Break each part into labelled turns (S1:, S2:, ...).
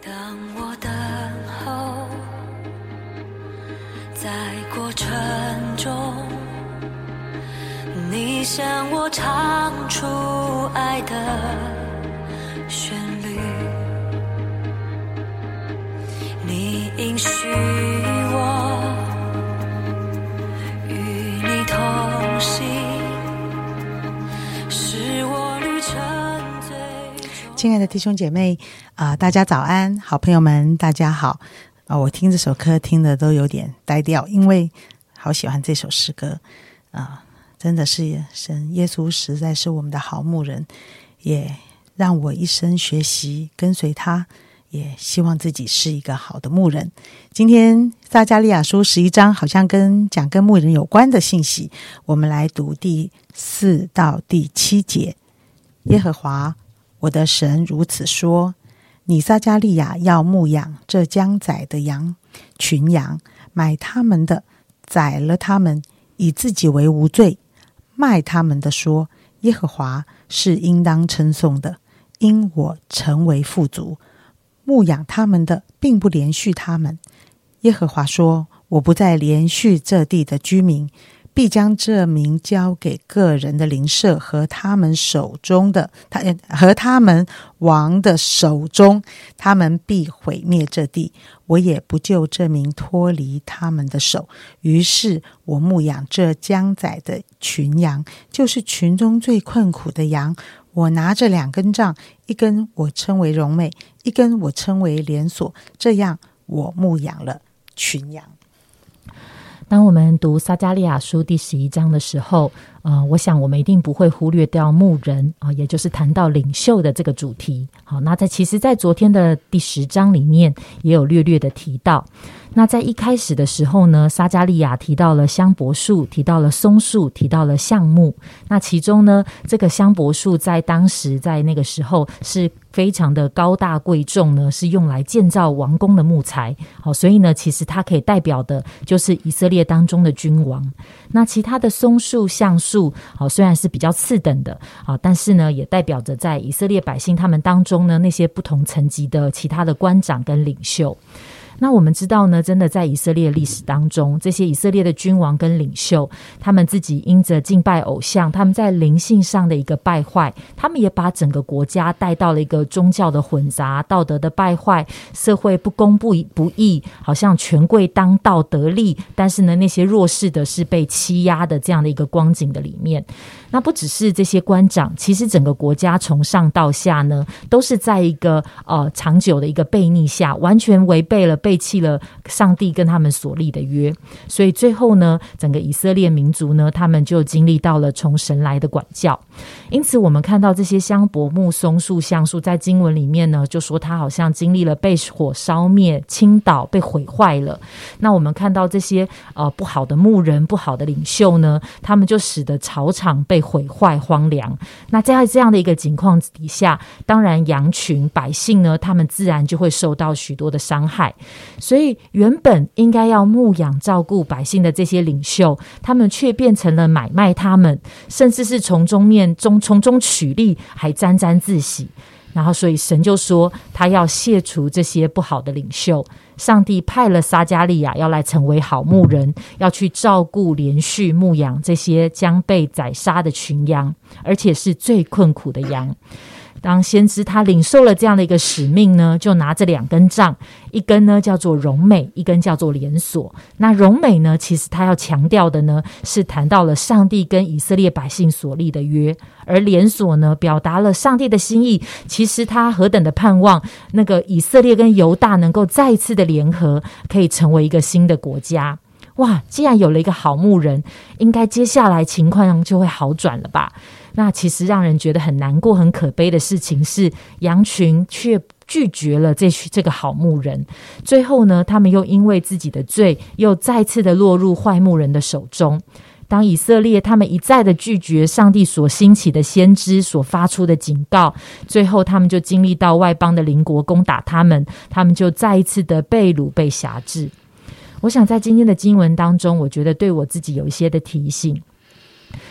S1: 当我等候，在过程中，你向我唱出爱的旋律，你应许我与你同行，是我旅程最终。
S2: 亲爱的弟兄姐妹大家早安，好朋友们大家好我听这首歌听的都有点呆掉，因为好喜欢这首诗歌真的是神耶稣实在是我们的好牧人，也让我一生学习跟随他，也希望自己是一个好的牧人。今天撒迦利亚书11章好像讲跟牧人有关的信息，我们来读第4到第7节。耶和华我的神如此说，你撒迦利亚要牧养这将宰的羊群羊，买他们的宰了他们，以自己为无罪；卖他们的说，耶和华是应当称颂的，因我成为富足。牧养他们的并不连续他们。耶和华说，我不再连续这地的居民，必将这民交给个人的邻舍和他们手中的和他们王的手中，他们必毁灭这地，我也不救这民脱离他们的手。于是我牧养这将宰的群羊，就是群中最困苦的羊。我拿着2根杖，一根我称为荣美，一根我称为连锁，这样我牧养了群羊。
S3: 当我们读撒迦利亚书第11章的时候我想我们一定不会忽略掉牧人也就是谈到领袖的这个主题。好，那其实在昨天的第10章里面也有略略的提到。那在一开始的时候呢，撒迦利亚提到了香柏树，提到了松树，提到了橡木。那其中呢，这个香柏树在当时在那个时候是非常的高大贵重呢，是用来建造王宫的木材。好，所以呢其实它可以代表的就是以色列当中的君王。那其他的松树橡树虽然是比较次等的但是呢也代表着在以色列百姓他们当中呢那些不同层级的其他的官长跟领袖。那我们知道呢，真的在以色列历史当中，这些以色列的君王跟领袖，他们自己因着敬拜偶像，他们在灵性上的一个败坏，他们也把整个国家带到了一个宗教的混杂，道德的败坏，社会不公不义，好像权贵当道得利，但是呢那些弱势的是被欺压的这样的一个光景的里面。那不只是这些官长，其实整个国家从上到下呢都是在一个长久的一个悖逆下，完全违背了背弃了上帝跟他们所立的约。所以最后呢整个以色列民族呢他们就经历到了从神来的管教。因此我们看到这些香柏木松树橡树在经文里面呢就说它好像经历了被火烧灭倾倒被毁坏了。那我们看到这些不好的牧人不好的领袖呢，他们就使得草场被毁坏荒凉。那在这样的一个情况底下，当然羊群百姓呢他们自然就会受到许多的伤害。所以原本应该要牧养照顾百姓的这些领袖，他们却变成了买卖他们，甚至是从中取利，还沾沾自喜。然后所以神就说他要卸除这些不好的领袖。上帝派了撒迦利亚要来成为好牧人，要去照顾连续牧养这些将被宰杀的群羊，而且是最困苦的羊。当先知他领受了这样的一个使命呢，就拿着2根杖，一根呢叫做荣美，一根叫做连锁。那荣美呢，其实他要强调的呢是谈到了上帝跟以色列百姓所立的约，而连锁呢表达了上帝的心意，其实他何等的盼望那个以色列跟犹大能够再一次的联合，可以成为一个新的国家。哇，既然有了一个好牧人，应该接下来情况就会好转了吧。那其实让人觉得很难过很可悲的事情是，羊群却拒绝了这个好牧人。最后呢，他们又因为自己的罪，又再次的落入坏牧人的手中。当以色列他们一再的拒绝上帝所兴起的先知所发出的警告，最后他们就经历到外邦的邻国攻打他们，他们就再一次的被掳被辖制。我想在今天的经文当中，我觉得对我自己有一些的提醒。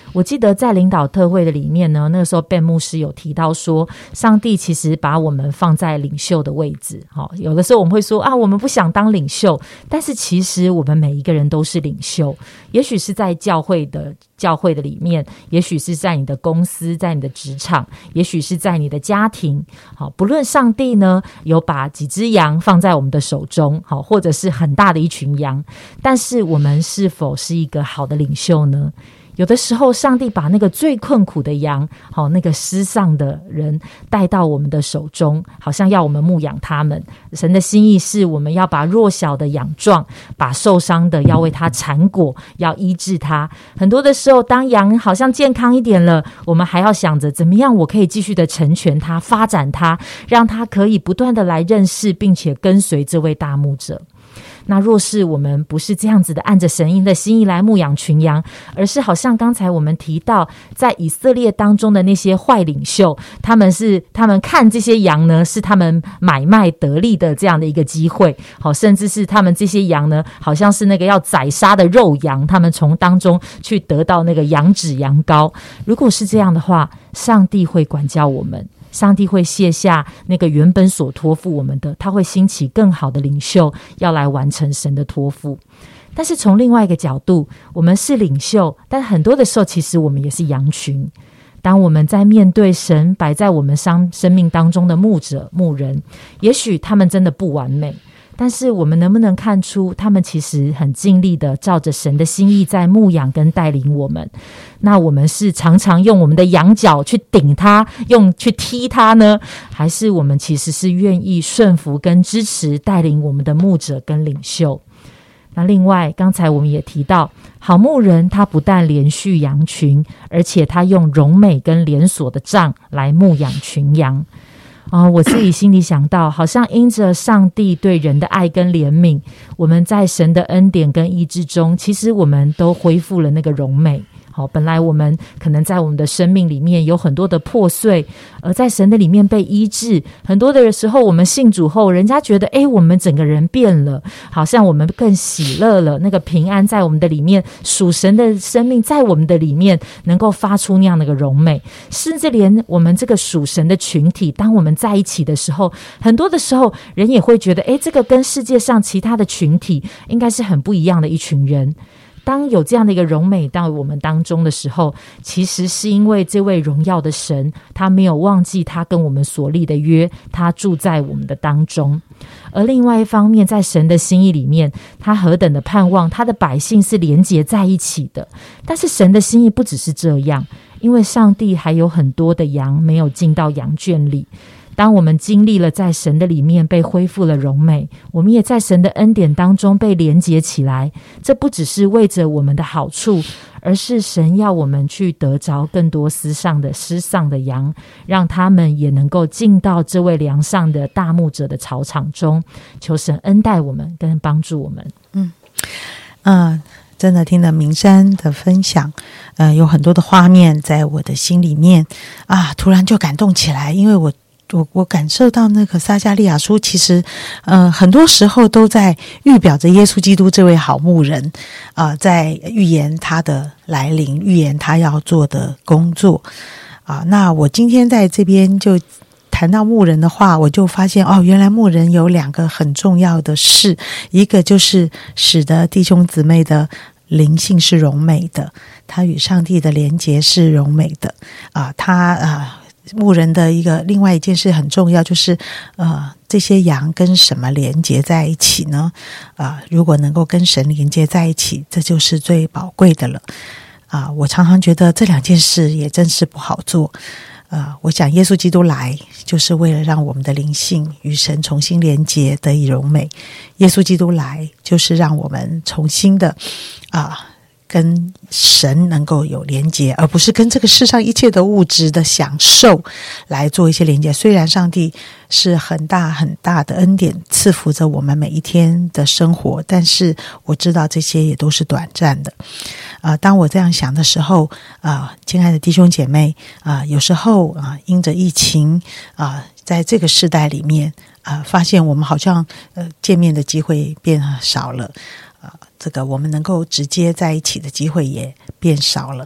S3: 我记得在领导特会的里面呢，那个时候Ben牧师有提到说，上帝其实把我们放在领袖的位置。有的时候我们会说我们不想当领袖，但是其实我们每一个人都是领袖，也许是在教会的里面，也许是在你的公司，在你的职场，也许是在你的家庭。不论上帝呢有把几只羊放在我们的手中，或者是很大的一群羊，但是我们是否是一个好的领袖呢？有的时候上帝把那个最困苦的羊，那个失丧的人带到我们的手中，好像要我们牧养他们。神的心意是我们要把弱小的养壮，把受伤的要为他缠裹，要医治他。很多的时候当羊好像健康一点了，我们还要想着怎么样我可以继续的成全他，发展他，让他可以不断的来认识并且跟随这位大牧者。那若是我们不是这样子的按着神的心意来牧养群羊，而是好像刚才我们提到在以色列当中的那些坏领袖，他们看这些羊呢是他们买卖得利的这样的一个机会，甚至是他们这些羊呢好像是那个要宰杀的肉羊，他们从当中去得到那个羊脂羊羔。如果是这样的话，上帝会管教我们，上帝会卸下那个原本所托付我们的，他会兴起更好的领袖要来完成神的托付。但是从另外一个角度，我们是领袖，但很多的时候其实我们也是羊群。当我们在面对神摆在我们生命当中的牧者牧人，也许他们真的不完美，但是我们能不能看出他们其实很尽力的照着神的心意在牧养跟带领我们？那我们是常常用我们的羊角去顶他，去踢他呢？还是我们其实是愿意顺服跟支持带领我们的牧者跟领袖？那另外刚才我们也提到，好牧人他不但连续羊群，而且他用荣美跟连锁的杖来牧养群羊。我自己心里想到，好像因着上帝对人的爱跟怜悯，我们在神的恩典跟医治中，其实我们都恢复了那个荣美。本来我们可能在我们的生命里面有很多的破碎，而在神的里面被医治。很多的时候我们信主后，人家觉得我们整个人变了，好像我们更喜乐了，那个平安在我们的里面，属神的生命在我们的里面能够发出那样的一个荣美。甚至连我们这个属神的群体，当我们在一起的时候，很多的时候人也会觉得这个跟世界上其他的群体应该是很不一样的一群人。当有这样的一个荣美到我们当中的时候，其实是因为这位荣耀的神，他没有忘记他跟我们所立的约，他住在我们的当中。而另外一方面，在神的心意里面，他何等的盼望他的百姓是连结在一起的。但是神的心意不只是这样，因为上帝还有很多的羊没有进到羊圈里。当我们经历了在神的里面被恢复了荣美，我们也在神的恩典当中被连结起来。这不只是为着我们的好处，而是神要我们去得着更多失丧的羊，让他们也能够进到这位良善的大牧者的草场中。求神恩待我们跟帮助我们。
S2: 真的听了明山的分享，有很多的画面在我的心里面突然就感动起来。因为我感受到那个撒迦利亚书其实很多时候都在预表着耶稣基督这位好牧人在预言他的来临，预言他要做的工作那我今天在这边就谈到牧人的话，我就发现原来牧人有两个很重要的事，一个就是使得弟兄姊妹的灵性是荣美的，他与上帝的连结是荣美的牧人的另外一件事很重要，就是这些羊跟什么连结在一起呢？如果能够跟神连结在一起，这就是最宝贵的了。我常常觉得这两件事也真是不好做。我想耶稣基督来就是为了让我们的灵性与神重新连结得以荣美。耶稣基督来就是让我们重新的跟神能够有连结，而不是跟这个世上一切的物质的享受来做一些连结。虽然上帝是很大很大的恩典赐福着我们每一天的生活，但是我知道这些也都是短暂的。当我这样想的时候亲爱的弟兄姐妹有时候因着疫情在这个世代里面发现我们好像见面的机会变少了，这个我们能够直接在一起的机会也变少了。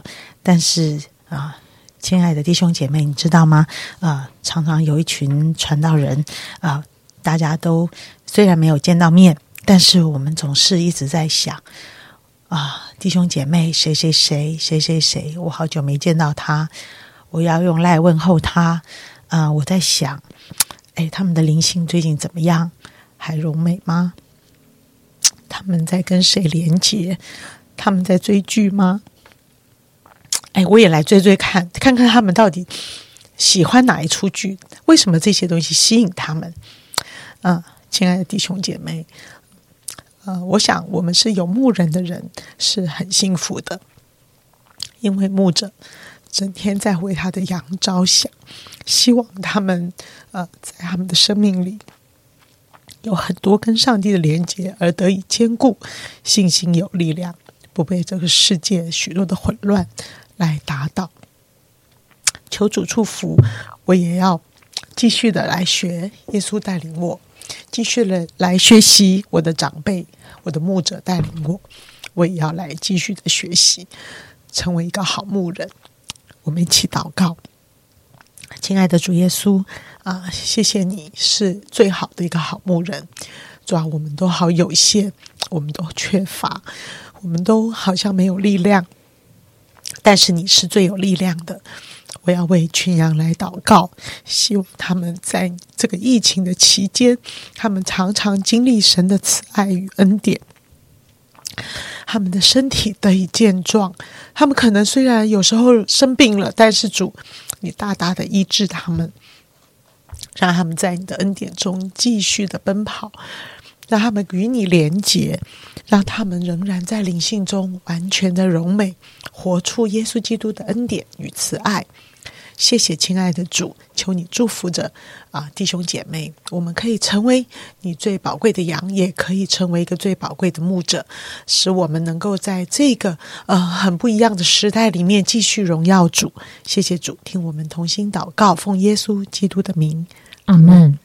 S2: 但是亲爱的弟兄姐妹，你知道吗？常常有一群传道人大家都虽然没有见到面，但是我们总是一直在想弟兄姐妹谁谁谁谁谁谁，我好久没见到他，我要用赖问候他。我在想，他们的灵性最近怎么样？还荣美吗？他们在跟谁连结？他们在追剧吗？我也来追看看他们到底喜欢哪一出剧，为什么这些东西吸引他们。亲爱的弟兄姐妹，我想我们是有牧人的人是很幸福的，因为牧者整天在为他的羊着想，希望他们在他们的生命里有很多跟上帝的连结，而得以坚固，信心有力量，不被这个世界许多的混乱来打倒。求主祝福，我也要继续的来学耶稣带领我，继续的来学习我的长辈，我的牧者带领我，我也要来继续的学习，成为一个好牧人。我们一起祷告。亲爱的主耶稣谢谢你是最好的一个好牧人。主我们都好有限，我们都缺乏，我们都好像没有力量，但是你是最有力量的。我要为群羊来祷告，希望他们在这个疫情的期间，他们常常经历神的慈爱与恩典，他们的身体得以健壮。他们可能虽然有时候生病了，但是主你大大的医治他们，让他们在你的恩典中继续的奔跑，让他们与你连结，让他们仍然在灵性中完全的荣美，活出耶稣基督的恩典与慈爱。谢谢亲爱的主，求你祝福着弟兄姐妹，我们可以成为你最宝贵的羊，也可以成为一个最宝贵的牧者，使我们能够在这个很不一样的时代里面继续荣耀主。谢谢主，听我们同心祷告，奉耶稣基督的名，
S3: 阿们。